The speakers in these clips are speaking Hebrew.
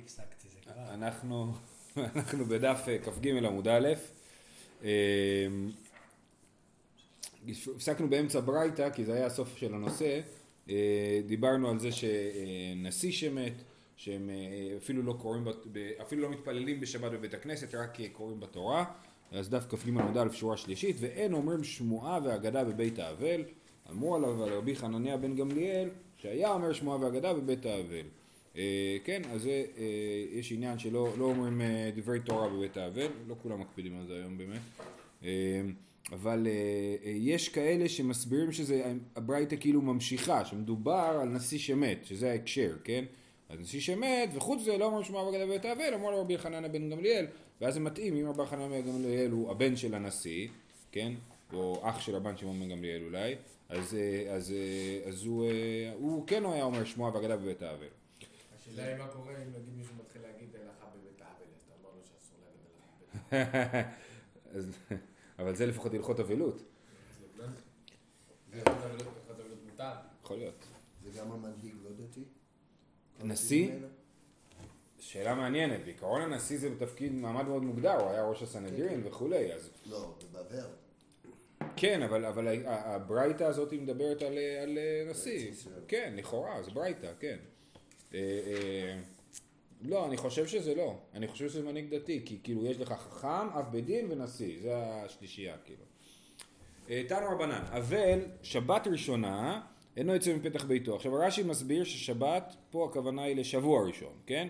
הפסקתי, זה כבר. אנחנו בדף כ"ג עמוד א', הפסקנו באמצע ברייתא, כי זה היה הסוף של הנושא. דיברנו על זה שנשיא שמת, שהם אפילו לא מתפללים בשבת בבית הכנסת, רק קוראים בתורה. אז דף כ"ג עמוד א' שורה שלישית, ואין אומרים שמועה ואגדה בבית האבל. אמרו עליו על רבי חנניה בן גמליאל שהיה אומר שמועה ואגדה בבית האבל. כן, אז יש עניין שלא אומרים דברי תורה בבית האבל, לא כולם מקפידים על זה היום באמת, אבל יש כאלה שמסבירים שזה הברייתא כאילו ממשיכה, שמדובר על נשיא שמת, שזה ההקשר, כן? אז נשיא שמת, וחוץ זה לא אומר שמועה ואגדה בבית האבל, אמרו לו רבי חנניה בן גמליאל, ואז זה מתאים, אם רבי חנניה בן גמליאל הוא הבן של הנשיא, כן? או אח של הבן שמעון בן גמליאל אולי, אז הוא כן היה אומר שמועה ואגדה בבית האבל. השאלה היא מה קורה אם נגיד מישהו מתחיל להגיד הלכה בבית האבל, אז אתה אומר לו שאסור להגיד הלכה בבית האבל. אבל זה לפחות הלכות אבלות. זה הלכות אבלות מותר. יכול להיות. זה גם המנהיג לא דתי? נשיא? שאלה מעניינת. בעיקרון הנשיא זה בתפקיד מעמד מאוד מוגדר, הוא היה ראש הסנהדרין וכולי. לא, בבבל. כן, אבל הברייתא הזאת מדברת על נשיא. כן, לכאורה, זה ברייתא, כן. לא, אני חושב שזה לא. אני חושב שזה מנהיג דתי, כי כאילו יש לך חכם, אב בית דין ונשיא. זה השלישייה, כאילו. תנו רבנן, אבל שבת ראשונה אינו יוצא מפתח ביתו. עכשיו רש"י מסביר ששבת, פה הכוונה היא לשבוע ראשון, כן?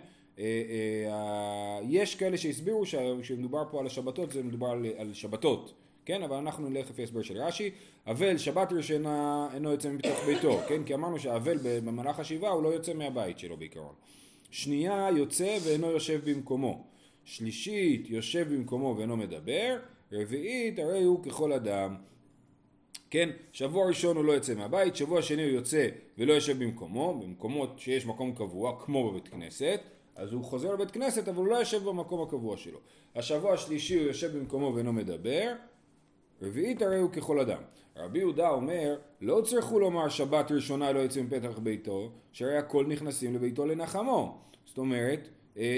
יש כאלה שהסבירו שמדובר פה על השבתות, זה מדובר על שבתות. כן, אבל אנחנו נלך לפי הסבר של רש"י. אבל שבת ראשונה אינו יוצא מפתח ביתו, כן? כי אמרנו שהאבל במהלך השבעה הוא לא יוצא מהבית שלו בעיקרון. שנייה יוצא ואינו יושב במקומו. שלישית יושב במקומו ואינו מדבר. רביעית הרי הוא ככל אדם. כן, שבוע ראשון הוא לא יוצא מהבית, שבוע שני הוא יוצא ולא יושב במקומו, במקומות שיש מקום קבוע, כמו בבית כנסת, אז הוא חוזר לבית כנסת, אבל הוא לא יושב במקום הקבוע שלו. השבוע השלישי הוא יושב במקומו ואינו מדבר. רביעית הרי הוא ככל אדם. רבי יהודה אומר, לא צריכו לומר שבת ראשונה לא יוצא מפתח ביתו, שהרי הכל נכנסים לביתו לנחמו. זאת אומרת,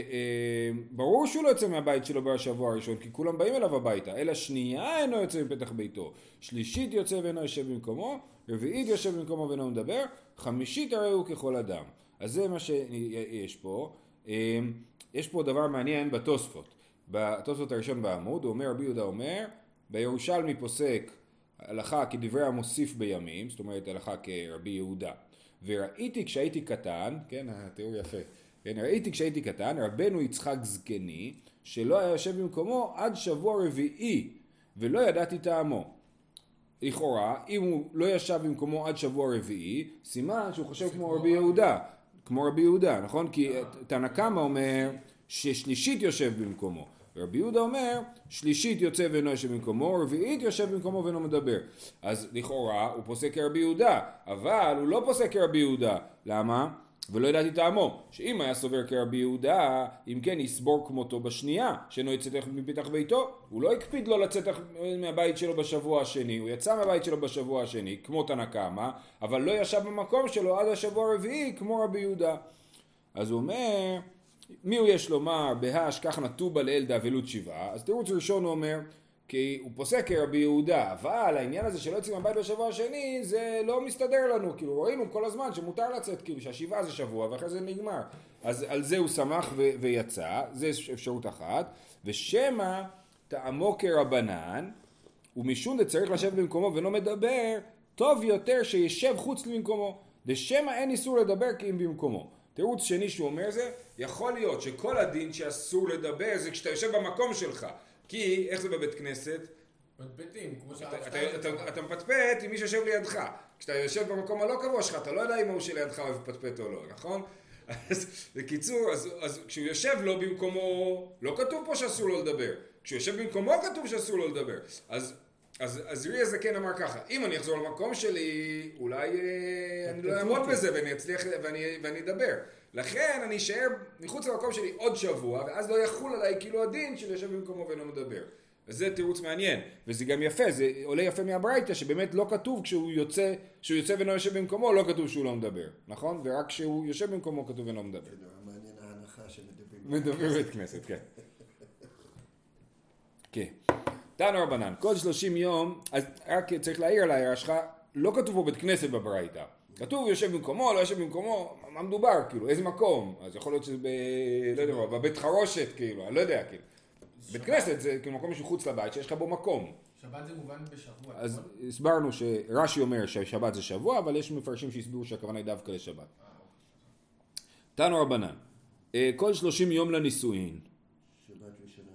ברור שהוא לא יוצא מהבית שלו בשבוע הראשון, כי כולם באים אליו הביתה, אלא שנייה אינו יוצא מפתח ביתו, שלישית יוצא ואינו יושב במקומו, רביעית יושב במקומו ואינו מדבר, חמישית הרי הוא ככל אדם. אז זה מה שיש פה. יש פה דבר מעניין בתוספות. בתוספות הראשון בעמוד, הוא אומר, רבי יהודה אומר, בירושלמי פוסק הלכה כדברי המוסיף בימים, זאת אומרת הלכה כרבי יהודה. וראיתי כשהייתי קטן, כן, התיאור יפה, כן, ראיתי כשהייתי קטן, רבנו יצחק זקני, שלא היה יושב במקומו עד שבוע רביעי, ולא ידעתי טעמו. לכאורה, אם הוא לא ישב במקומו עד שבוע רביעי, סימן שהוא חושב כמו רבי יהודה. כמו רבי יהודה, נכון? כי תנא קמא אומר ששלישית יושב במקומו. ורבי יהודה אומר, שלישית יוצא ואינו יושב במקומו, רביעית יושב במקומו ואינו מדבר. אז לכאורה הוא פוסק כרבי יהודה, אבל הוא לא פוסק כרבי יהודה. למה? ולא ידעתי טעמו, שאם היה סובר כרבי יהודה, אם כן יסבור כמותו בשנייה, שאינו יצא מפתח ביתו, הוא לא הקפיד לו לצאת מהבית שלו בשבוע השני, הוא יצא מהבית שלו בשבוע השני, כמו תנא קמא, אבל לא ישב במקום שלו עד השבוע הרביעי, כמו רבי יהודה. אז הוא אומר, מי הוא יש לומר, בהש כך נטובה לאל דאבלות שבעה, אז תירוץ ראשון הוא אומר, כי הוא פוסק כרבי יהודה, אבל העניין הזה שלא יוצאים מהבית בשבוע השני, זה לא מסתדר לנו, כאילו ראינו כל הזמן שמותר לצאת, כאילו שהשבעה זה שבוע ואחרי זה נגמר. אז על זה הוא שמח ויצא, זה אפשרות אחת, ושמה טעמו כרבנן, ומשום דצריך לשבת במקומו ולא מדבר, טוב יותר שישב חוץ למקומו, ושמה אין איסור לדבר כי אם במקומו. תירוץ שני שהוא אומר זה, יכול להיות שכל הדין שאסור לדבר זה כשאתה יושב במקום שלך, כי איך זה בבית כנסת? פטפטים, כמו אתה מפטפט עם מי שיושב לידך. כשאתה יושב במקום הלא קבוע שלך, אתה לא יודע אם הוא שלידך אוהב פטפט או לא, נכון? אז בקיצור, אז כשהוא יושב לו במקומו, לא כתוב פה שאסור לו לדבר. כשהוא יושב במקומו כתוב שאסור לו לדבר. אז רי הזקן אמר ככה, אם אני אחזור למקום שלי, אולי אני לא אעמוד בזה ואני אצליח ואני אדבר. לכן אני אשאר מחוץ למקום שלי עוד שבוע, ואז לא יחול עליי כאילו הדין של יושב במקומו ואינו מדבר. וזה תירוץ מעניין, וזה גם יפה, זה עולה יפה מהברייתא, שבאמת לא כתוב כשהוא יוצא ואינו יושב במקומו, לא כתוב שהוא לא מדבר, נכון? ורק כשהוא יושב במקומו כתוב ואינו מדבר. מעניין ההנחה שמדברים. בבית כנסת, כן. כן. תנו רבנן, כל 30 יום, אז רק צריך להעיר על ההערה שלך, לא כתוב פה בית כנסת בברייתא. כתוב יושב במקומו, לא יושב במקומו, מה מדובר, כאילו, איזה מקום? אז יכול להיות שזה לא יודע מה, בבית חרושת, כאילו, אני לא יודע, כאילו. בית כנסת זה כאילו מקום מחוץ לבית שיש לך בו מקום. שבת זה מובן בשבוע. אז הסברנו שרש"י אומר ששבת זה שבוע, אבל יש מפרשים שהסבירו שהכוונה היא דווקא לשבת. תנו רבנן, כל 30 יום לנישואין. שבת ראשונה.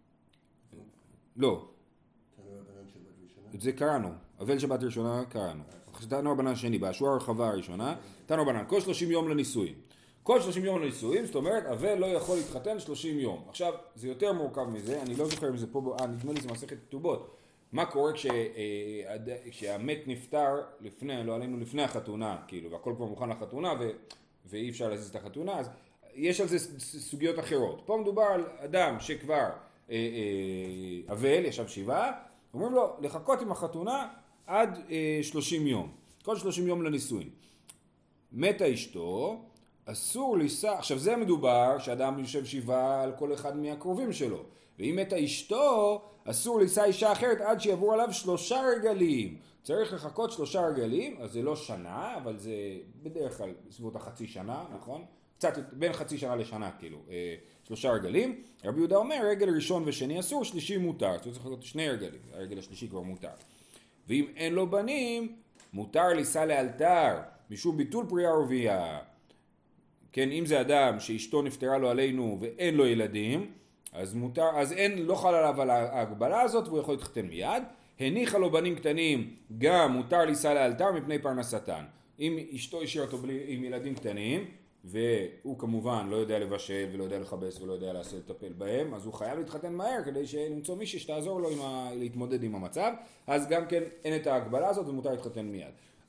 לא, תנו רבנן שבת ראשונה. את זה קראנו, אבל שבת ראשונה קראנו. תנו רבנן שני, בשורה הרחבה הראשונה, תנו רבנן, כל 30 יום לנישואין. כל 30 יום לנישואין, זאת אומרת, אבל לא יכול להתחתן 30 יום. עכשיו, זה יותר מורכב מזה, אני לא זוכר אם זה פה, נדמה לי זה מסכת כתובות. מה קורה כשהמת נפטר לפני, לא עלינו לפני החתונה, כאילו, והכל כבר מוכן לחתונה, ואי אפשר להזיז את החתונה, אז יש על זה סוגיות אחרות. פה מדובר על אדם שכבר אבל, ישב שבעה, אומרים לו לחכות עם החתונה עד 30 יום. כל 30 יום לנישואין. מתה אשתו, אסור לישא, עכשיו זה מדובר שאדם יושב שבעה על כל אחד מהקרובים שלו, ואם מתה אשתו, אסור לישא אישה אחרת עד שיעבור עליו 3 רגלים. צריך לחכות 3 רגלים, אז זה לא שנה, אבל זה בדרך כלל בסביבות החצי שנה, נכון? קצת בין חצי שנה לשנה, כאילו, 3 רגלים. רבי יהודה אומר, רגל ראשון ושני אסור, שלישי מותר, צריך לחכות 2 רגלים, הרגל השלישי כבר מותר. ואם אין לו בנים, מותר לישא לאלתר, משום ביטול פרייה ורבייה. כן, אם זה אדם שאשתו נפטרה לו עלינו ואין לו ילדים, אז מותר, אז אין, לא חל עליו על ההגבלה הזאת והוא יכול להתחתן מיד. הניחה לו בנים קטנים, גם מותר לישא לאלתר מפני פרנסתן. אם אשתו השאיר אותו עם ילדים קטנים, והוא כמובן לא יודע לבשל ולא יודע לכבס ולא יודע לטפל בהם, אז הוא חייב להתחתן מהר כדי למצוא מישהי שתעזור לו להתמודד עם המצב, אז גם כן אין את ההגבלה הזאת ומותר להתחתן מיד.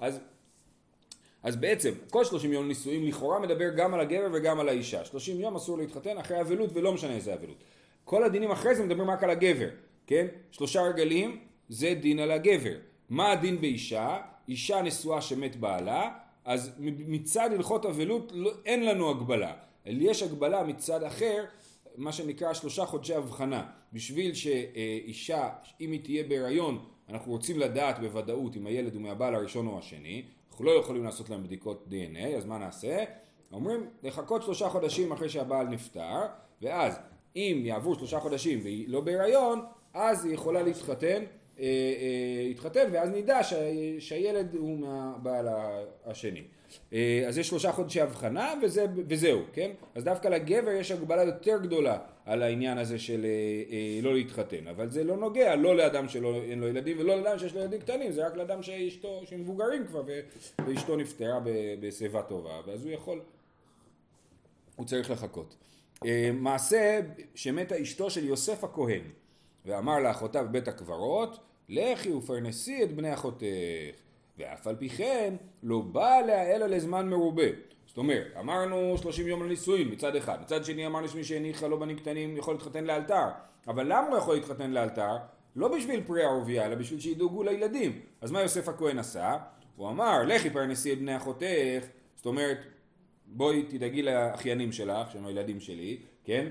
אז בעצם כל 30 יום נישואים לכאורה מדבר גם על הגבר וגם על האישה. 30 יום אסור להתחתן אחרי אבלות ולא משנה איזה אבלות. כל הדינים אחרי זה מדברים רק על הגבר, כן? 3 רגלים זה דין על הגבר. מה הדין באישה? אישה נשואה שמת בעלה, אז מצד הלכות אבלות אין לנו הגבלה. יש הגבלה מצד אחר, מה שנקרא 3 חודשי הבחנה. בשביל שאישה, אם היא תהיה בהיריון, אנחנו רוצים לדעת בוודאות אם הילד הוא מהבעל הראשון או השני, אנחנו לא יכולים לעשות להם בדיקות DNA, אז מה נעשה? אומרים לחכות 3 חודשים אחרי שהבעל נפטר, ואז אם יעברו 3 חודשים והיא לא בהיריון, אז היא יכולה להתחתן, ואז נדע שהילד הוא מהבעל השני. אז יש 3 חודשי הבחנה וזהו, כן? אז דווקא לגבר יש הגבלה יותר גדולה על העניין הזה של לא להתחתן, אבל זה לא נוגע, לא לאדם שאין לו ילדים ולא לאדם שיש לו ילדים קטנים, זה רק לאדם שמבוגרים כבר ואשתו נפטרה בשיבה טובה, ואז הוא צריך לחכות. מעשה שמתה אשתו של יוסף הכהן, ואמר לאחותה בבית הקברות, לכי ופרנסי את בני אחותך, ואף על פי כן לא בא עליה אלא לזמן מרובה. זאת אומרת, אמרנו 30 יום לנישואין מצד אחד, מצד שני אמרנו שמי שהניחה לו בנים קטנים יכול להתחתן לאלתר, אבל למה הוא יכול להתחתן לאלתר? לא בשביל פרייה ורבייה, אלא בשביל שידאגו לילדים. אז מה יוסף הכהן עשה? הוא אמר, לכי פרנסי את בני אחותך, זאת אומרת, בואי תדאגי לאחיינים שלך, שהם הילדים שלי, כן?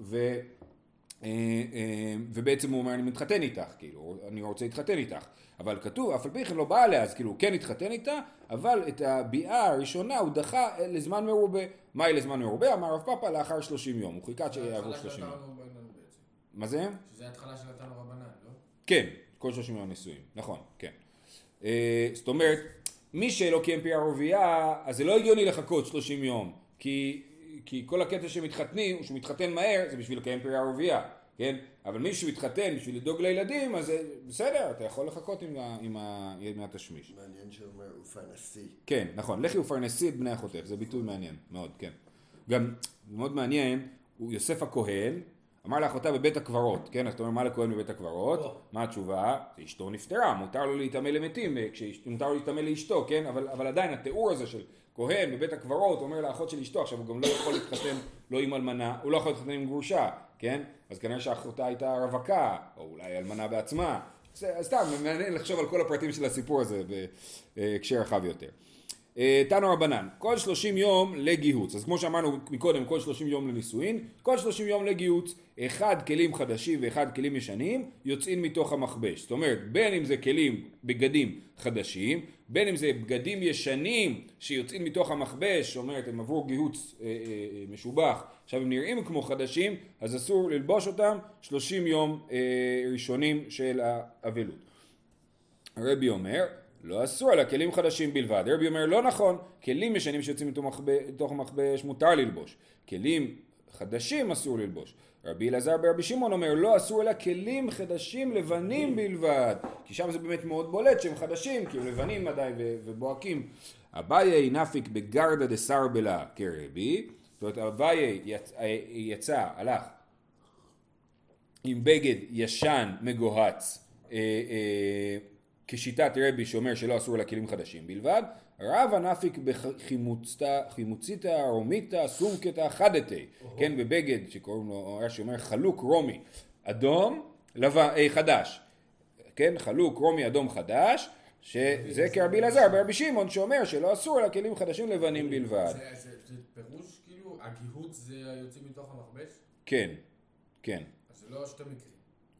ובעצם הוא אומר, אני מתחתן איתך, כאילו, אני רוצה להתחתן איתך. אבל כתוב, אף על פי כן לא בא עליה, אז כאילו, הוא כן התחתן איתה, אבל את הביאה הראשונה הוא דחה לזמן מרובה. מה היא לזמן מרובה? אמר רב פאפא לאחר 30 יום, הוא חיכה שיעברו 30 יום. מה זה? שזה התחלה של נתנו רבנן, לא? כן, כל 30 יום נישואים, נכון, כן. זאת אומרת, מי שלא קיים פרייה ורבייה, אז זה לא הגיוני לחכות 30 יום, כי כל הקטע שמתחתנים, שהוא מתחתן מהר, זה בשביל לקיים פרייה ורבייה, כן? אבל מי שהוא מתחתן בשביל לדאוג לילדים, אז בסדר, אתה יכול לחכות עם התשמיש. מעניין שאומר ופרנסי. כן, נכון, לכי ופרנסי את בני אחותך, זה ביטוי מעניין, מאוד, כן. גם, מאוד מעניין, הוא יוסף הכהן, אמר לאחותה בבית הקברות, כן? אז אתה אומר, מה לכהן בבית הקברות? מה התשובה? אשתו נפטרה, מותר לו להתאמה למתים, מותר לו להתאמה לאשתו, כן? אבל עדיין התיאור הזה של כהן בבית הקברות, אומר לאחות של אשתו, עכשיו הוא גם לא יכול להתחתן לא עם אלמנה, הוא לא יכול להתחתן עם גרושה, כן? אז כנראה שאחותה הייתה רווקה, או אולי אלמנה בעצמה. אז סתם, מעניין לחשוב על כל הפרטים של הסיפור הזה בהקשר רחב יותר. תנו רבנן, כל 30 יום לגיהוץ, אז כמו שאמרנו מקודם, כל 30 יום לנישואין, כל 30 יום לגיהוץ, אחד כלים חדשים ואחד כלים ישנים יוצאים מתוך המכבש, זאת אומרת בין אם זה כלים בגדים חדשים, בין אם זה בגדים ישנים שיוצאים מתוך המכבש, זאת אומרת הם עברו גיהוץ משובח, עכשיו הם נראים כמו חדשים, אז אסור ללבוש אותם 30 יום ראשונים של האבלות. הרבי אומר, לא אסור, אלא כלים חדשים בלבד. הרבי אומר, לא נכון, כלים ישנים שיוצאים מתוך המכבש מותר ללבוש. כלים חדשים אסור ללבוש. רבי אלעזר ברבי שמעון אומר, לא אסור, אלא כלים חדשים לבנים בלבד. כי שם זה באמת מאוד בולט שהם חדשים, כי הם לבנים עדיין ובוהקים. אביי נפיק בגרדה דסר בלה כרבי. זאת אומרת, אביי יצא, הלך עם בגד ישן מגוהץ, כשיטת רבי שאומר שלא אסור לה כלים חדשים בלבד, רבא נפיק בחימוציתא, רומיתא, סומקתא, חדתי, כן, בבגד שקוראים לו, רש"י אומר חלוק רומי, אדום, חדש, כן, חלוק רומי אדום חדש, שזה כרבי אלעזר ברבי שמעון שאומר שלא אסור לה כלים חדשים לבנים בלבד. זה פירוש כאילו, הגיהוץ זה היוצאים מתוך המכבש? כן, כן. אז זה לא שתי מקרים.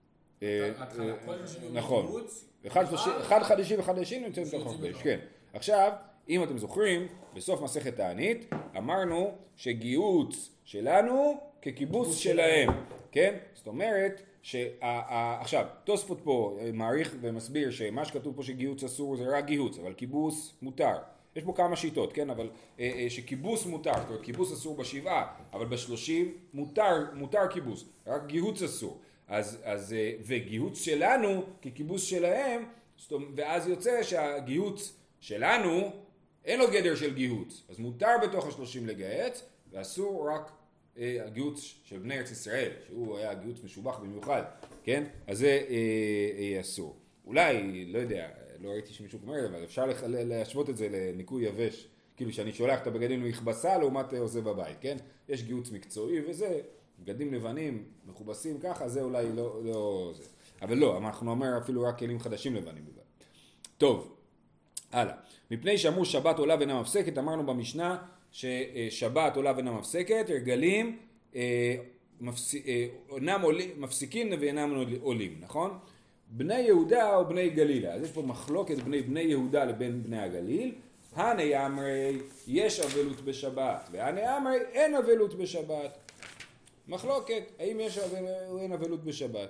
נכון, אחד חדשים וחדשים נמצאים בתוך המכבש, כן. עכשיו, אם אתם זוכרים, בסוף מסכת תענית אמרנו שגיהוץ שלנו ככיבוס שלהם, כן? זאת אומרת, עכשיו, תוספות פה מעריך ומסביר שמה שכתוב פה שגיהוץ אסור זה רק גיהוץ, אבל כיבוס מותר. יש פה כמה שיטות, כן? אבל שכיבוס מותר, זאת אומרת, כיבוס אסור בשבעה, אבל ב30 מותר כיבוס, רק גיהוץ אסור. אז וגיהוץ שלנו ככיבוס שלהם, ואז יוצא שהגיהוץ שלנו אין לו גדר של גיהוץ, אז מותר בתוך 30 לגהץ, ואסור רק הגיהוץ של בני ארץ ישראל, שהוא היה גיהוץ משובח במיוחד, כן? אז זה אסור. אולי, לא יודע, לא ראיתי שמישהו אומר את זה, אבל אפשר להשוות את זה לניקוי יבש, כאילו שאני שולח את הבגדים למכבסה לעומת עושה בבית, כן? יש גיהוץ מקצועי וזה, בגדים לבנים, מכובסים ככה, זה אולי לא זה. אבל לא, אנחנו אומר אפילו רק כלים חדשים לבנים בלבד. טוב, הלאה. מפני שאמרו שבת עולה ואינה מפסקת, אמרנו במשנה ששבת עולה ואינה מפסקת, הרגלים מפסיקים ואינם עולים, נכון? בני יהודה או בני גלילה, אז יש פה מחלוקת בין בני יהודה לבין בני הגליל, הנה אמרי יש אבלות בשבת, והנה אמרי אין אבלות בשבת. מחלוקת, האם יש או אין אבלות בשבת?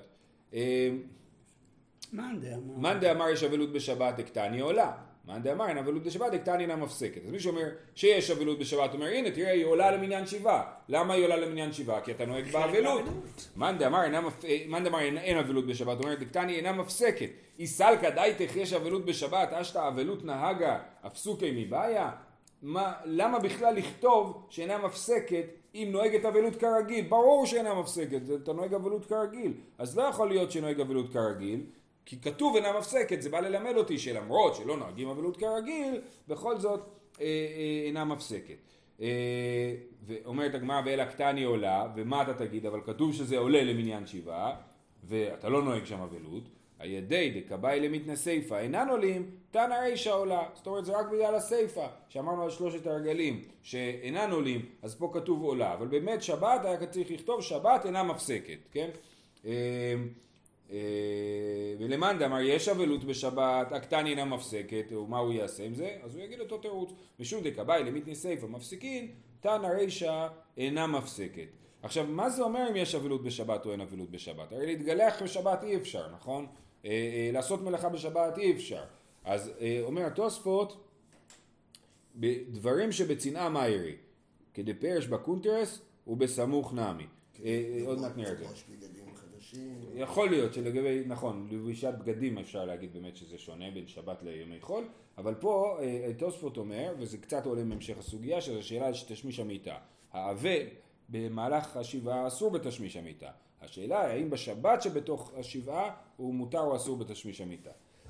מאן דאמר יש אבלות בשבת דקטני עולה, מאן דאמר אין אבלות בשבת דקטני אינה מפסקת. אז מישהו אומר שיש אבלות בשבת, אומר הנה תראה היא עולה למניין שבעה. למה היא עולה למניין שבעה? כי אתה נוהג באבלות. מאן דאמר אין אבלות בשבת, אומר דקטני אינה מפסקת. איסלקא דייתך יש אבלות בשבת, אשתא אבלות נהגה אפסוקי מבעיה. למה בכלל לכתוב שאינה מפסקת אם נוהגת אבלות כרגיל? ברור שאינה מפסקת, אתה נוהג אבלות כרגיל, אז לא יכול להיות שנוהג אבלות כרגיל, כי כתוב אינה מפסקת, זה בא ללמד אותי שלמרות שלא נוהגים אבלות כרגיל, בכל זאת אינה מפסקת. ואומרת הגמרא ואלה קטני עולה, ומה אתה תגיד? אבל כתוב שזה עולה למניין שבעה, ואתה לא נוהג שם אבלות, הידי דקבאי למתנה סייפה אינן עולים, תנא רישא עולה. זאת אומרת זה רק בגלל הסייפה שאמרנו על שלושת הרגלים שאינן עולים, אז פה כתוב עולה, אבל באמת שבת היה צריך לכתוב שבת אינה מפסקת, כן? ולמאן דאמר יש אבלות בשבת, הקטני אינה מפסקת, ומה הוא יעשה עם זה? אז הוא יגיד אותו תירוץ, משום דקבאי למתנה סייפה מפסיקין, תנא רישא אינה מפסקת. עכשיו מה זה אומר אם יש אבלות בשבת או אין אבלות בשבת? הרי להתגלח בשבת אי אפשר, נכון? לעשות מלאכה בשבת אי אפשר. אז אומר התוספות, בדברים שבצנעה מאירי, כדפרש בקונטרס ובסמוך נמי. עוד מעט נראה את זה. יכול להיות שלגבי, נכון, לבישת בגדים אפשר להגיד באמת שזה שונה בין שבת לימי חול, אבל פה התוספות אומר, וזה קצת עולה מהמשך הסוגיה, שזו שאלה של תשמיש המיטה. האבל במהלך השבעה אסור בתשמיש המיטה. השאלה היא האם בשבת שבתוך השבעה הוא מותר או אסור בתשמיש המיטה.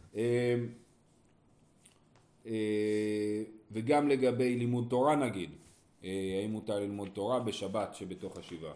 וגם לגבי לימוד תורה נגיד, האם מותר ללמוד תורה בשבת שבתוך השבעה.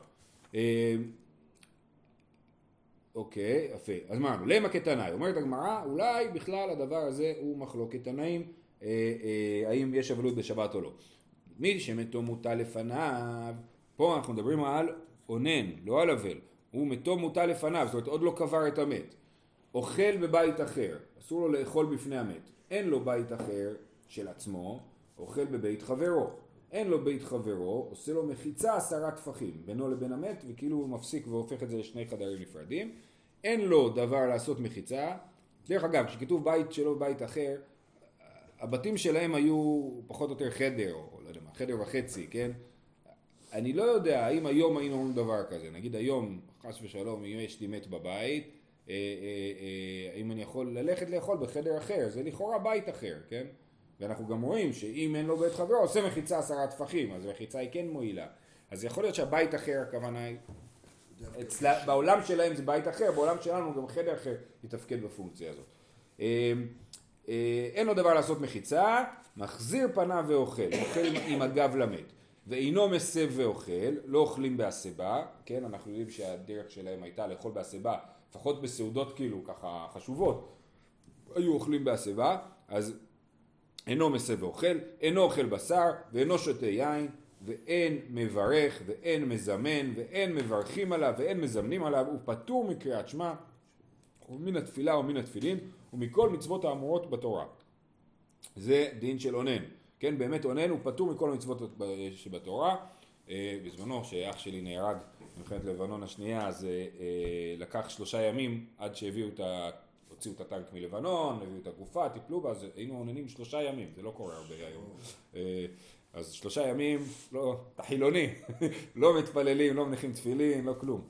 אוקיי, יפה. אז אמרנו, למה כתנאי? אומרת הגמרא, אולי בכלל הדבר הזה הוא מחלוקת תנאים, האם יש אבלות בשבת או לא. מי שמתו מוטל לפניו, פה אנחנו מדברים על אונן, לא על אבל. הוא מתו מוטל לפניו, זאת אומרת עוד לא קבר את המת. אוכל בבית אחר, אסור לו לאכול בפני המת. אין לו בית אחר של עצמו, אוכל בבית חברו. אין לו בית חברו, עושה לו מחיצה 10 טפחים בינו לבין המת, וכאילו הוא מפסיק והופך את זה לשני חדרים נפרדים. אין לו דבר לעשות מחיצה. דרך אגב, כשכתוב בית שלו בבית אחר, הבתים שלהם היו פחות או יותר חדר, או לא יודע מה, חדר וחצי, כן? אני לא יודע האם היום היינו אומרים דבר כזה. נגיד היום, חס ושלום, אם יש לי מת בבית, האם אני יכול ללכת לאכול בחדר אחר, זה לכאורה בית אחר, כן? ואנחנו גם רואים שאם אין לו בית חברו, עושה מחיצה 10 טפחים, אז המחיצה היא כן מועילה. אז יכול להיות שהבית אחר, הכוונה היא, בעולם שלהם זה בית אחר, בעולם שלנו גם חדר אחר יתפקד בפונקציה הזאת. אין לו דבר לעשות מחיצה, מחזיר פניו ואוכל, אוכל עם הגב למת. ואינו מסב ואוכל, לא אוכלים בהסבה, כן? אנחנו יודעים שהדרך שלהם הייתה לאכול בהסבה, לפחות בסעודות כאילו ככה חשובות, היו אוכלים בהסבה, אז אינו מסב ואוכל, אינו אוכל בשר, ואינו שותה יין, ואין מברך, ואין מזמן, ואין מברכים עליו, ואין מזמנים עליו, הוא פטור מקריאת שמע, ומן התפילה ומן התפילין, ומכל מצוות האמורות בתורה. זה דין של אונן. כן, באמת אונן הוא פטור מכל המצוות שבתורה. בזמנו שאח שלי נהרג במלחמת לבנון השנייה, אז לקח 3 ימים עד שהביאו הוציאו את הטנק מלבנון, הביאו את הגופה, טיפלו בה, אז היינו אוננים 3 ימים, זה לא קורה הרבה היום. אז 3 ימים, לא, אתה חילוני, לא מתפללים, לא מניחים תפילין, לא כלום.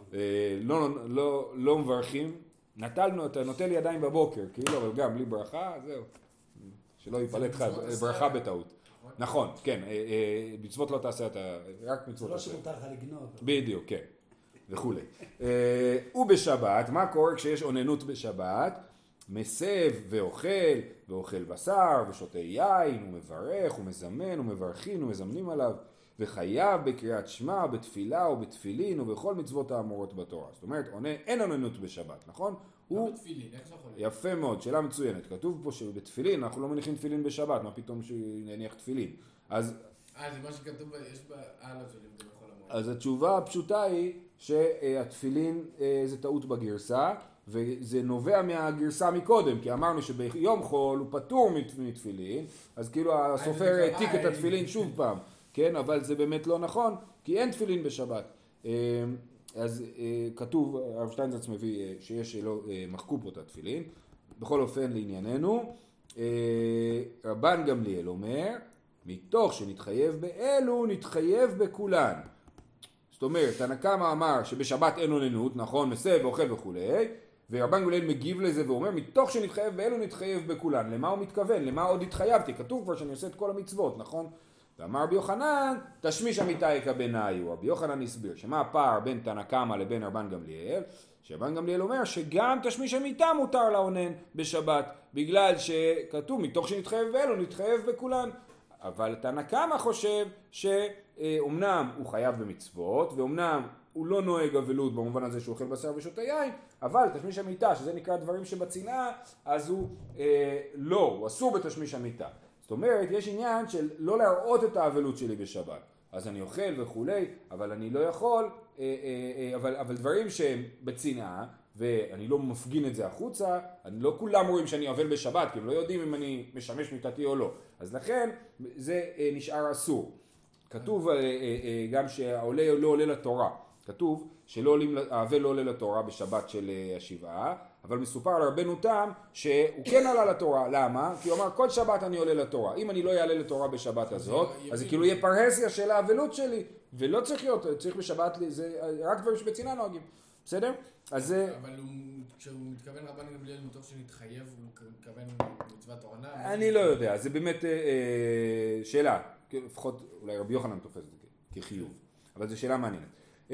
לא מברכים, נטלנו, אתה נוטל ידיים בבוקר, כאילו, אבל גם בלי ברכה, זהו. שלא ייפלט לך ברכה בטעות. נכון, כן, מצוות לא תעשה, רק מצוות לא תעשה. שמותר לך לגנוב. בדיוק, כן, וכולי. ובשבת, מה קורה כשיש אוננות בשבת? מסב ואוכל, ואוכל בשר, ושותה יין, ומברך, ומזמן, ומברכים, ומזמנים עליו, וחייב בקריאת שמע, בתפילה ובתפילין, ובכל מצוות האמורות בתורה. זאת אומרת, אין אוננות בשבת, נכון? לא בתפילין, איך זה יכול להיות? יפה מאוד, שאלה מצוינת. כתוב פה שבתפילין, אנחנו לא מניחים תפילין בשבת, מה פתאום שנניח תפילין? אז... זה מה שכתוב, יש בה... לא, זה לימוד בכל המועד. אז התשובה הפשוטה היא שהתפילין זה טעות בגרסה, וזה נובע מהגרסה מקודם, כי אמרנו שביום חול הוא פטור מתפילין, אז כאילו הסופר העתיק את התפילין שוב פעם, כן? אבל זה באמת לא נכון, כי אין תפילין בשבת. אז כתוב, הרב שטיינזלץ מביא שיש שלא מחקו פה את התפילין. בכל אופן לענייננו, רבן גמליאל אומר, מתוך שנתחייב באלו, נתחייב בכולן. זאת אומרת, תנא קמא אמר שבשבת אין אוננות, נכון, מסב ואוכל וכולי, ורבן גמליאל מגיב לזה ואומר, מתוך שנתחייב באלו, נתחייב בכולן. למה הוא מתכוון? למה עוד התחייבתי? כתוב כבר שאני עושה את כל המצוות, נכון? ואמר רבי יוחנן, תשמיש אמיתי כבניו. רבי יוחנן הסביר שמה הפער בין תנא קמא לבין רבן גמליאל, שרבן גמליאל אומר שגם תשמיש אמיתה מותר לאונן בשבת, בגלל שכתוב מתוך שנתחייב באלו נתחייב בכולן. אבל תנא קמא חושב שאומנם הוא חייב במצוות, ואומנם הוא לא נוהג אבלות במובן הזה שהוא אוכל בשר ושותה יין, אבל תשמיש אמיתה, שזה נקרא דברים שבצנעה, אז הוא לא, הוא אסור בתשמיש אמיתה. זאת אומרת, יש עניין של לא להראות את האבלות שלי בשבת. אז אני אוכל וכולי, אבל אני לא יכול, אבל דברים שהם בצנעה, ואני לא מפגין את זה החוצה, לא כולם רואים שאני אבל בשבת, כי הם לא יודעים אם אני משמש מיטתי או לא. אז לכן זה נשאר אסור. כתוב גם שהעולה לא עולה לתורה. כתוב שהאבל לא עולה לתורה בשבת של השבעה, אבל מסופר על רבנו תם שהוא כן עלה לתורה. למה? כי הוא אמר כל שבת אני עולה לתורה. אם אני לא יעלה לתורה בשבת הזאת, אז זה כאילו יהיה פרהסיה של האבלות שלי, ולא צריך להיות, צריך בשבת, זה רק דברים שבצנעה נוהגים. בסדר? אז זה... אבל כשהוא מתכוון רבן גמליאל מתוך שנתחייב, הוא מתכוון מצוות אורנה? אני לא יודע, זה באמת שאלה. לפחות אולי רבי יוחנן תופס את זה כחיוב, אבל זו שאלה מעניינת.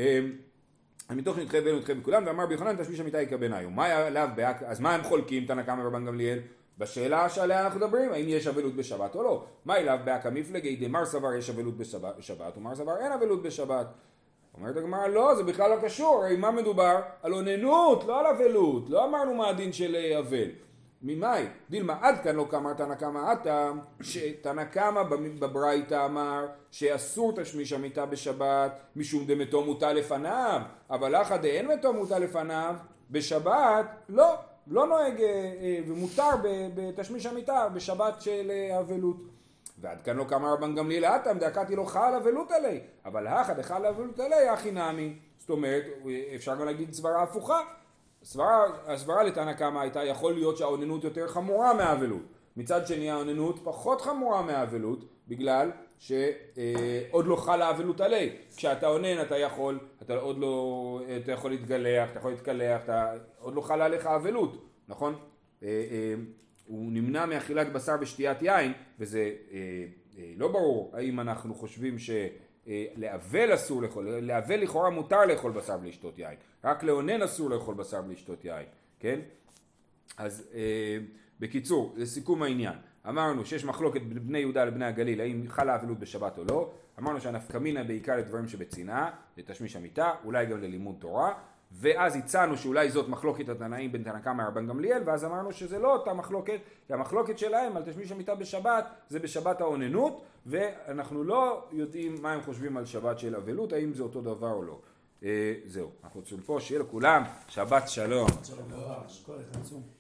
מתוך שנתחייב ואלו נתחייב בכולם, ואמר רבי יוחנן תשמיש אמיתי כבניו. אז מה הם חולקים תנא קמא ורבן גמליאל? בשאלה שעליה אנחנו מדברים, האם יש אבלות בשבת או לא. מה אליו באקא מפלגי דמר סבר יש אבלות בשבת, ומר סבר אין אבלות בשבת. אומרת הגמרא, לא, זה בכלל לא קשור, הרי מה מדובר? על אוננות, לא על אבלות, לא אמרנו מה הדין של אבל. ממאי, דילמה עד כאן לא כאמר תנא קמא עתה, שתנא קמא בברייתא אמר שאסור תשמיש המיטה בשבת משום דמתו מוטל לפניו, אבל אחא דאין מתו מוטל לפניו בשבת לא נוהג ומותר בתשמיש המיטה בשבת של אבלות. ועד כאן לא כאמר רבן גמליאל עתם דאקתי לא חל אבלות עלי, אבל אחא דחל אבלות עלי הכי נמי. זאת אומרת, אפשר גם להגיד סברה הפוכה. הסברה לתנא קמא הייתה יכול להיות שהאוננות יותר חמורה מהאבלות. מצד שני האוננות פחות חמורה מהאבלות, בגלל שעוד לא חלה האבלות עלי. כשאתה אונן אתה יכול להתגלח, אתה יכול להתקלח, עוד לא חלה עליך האבלות, נכון? הוא נמנע מאכילת בשר ושתיית יין, וזה לא ברור האם אנחנו חושבים לאבל אסור לאכול, לאבל לכאורה מותר לאכול בשר בלי לשתות יין, רק לאונן אסור לאכול בשר בלי לשתות יין, כן? אז בקיצור, לסיכום העניין, אמרנו שיש מחלוקת בין בני יהודה לבני הגליל, האם חלה אבלות בשבת או לא, אמרנו שהנפקא מינה בעיקר לדברים שבצנעה, לתשמיש המיטה, אולי גם ללימוד תורה, ואז הצענו שאולי זאת מחלוקת התנאים בין תנא קמא לרבן גמליאל, ואז אמרנו שזה לא אותה מחלוקת, כי המחלוקת שלהם על תשמיש המיטה בשבת זה בשבת האוננות, ואנחנו לא יודעים מה הם חושבים על שבת של אבלות, האם זה אותו דבר או לא. זהו, אנחנו רוצים פה שיהיה לכולם שבת שלום. כל אחד צום.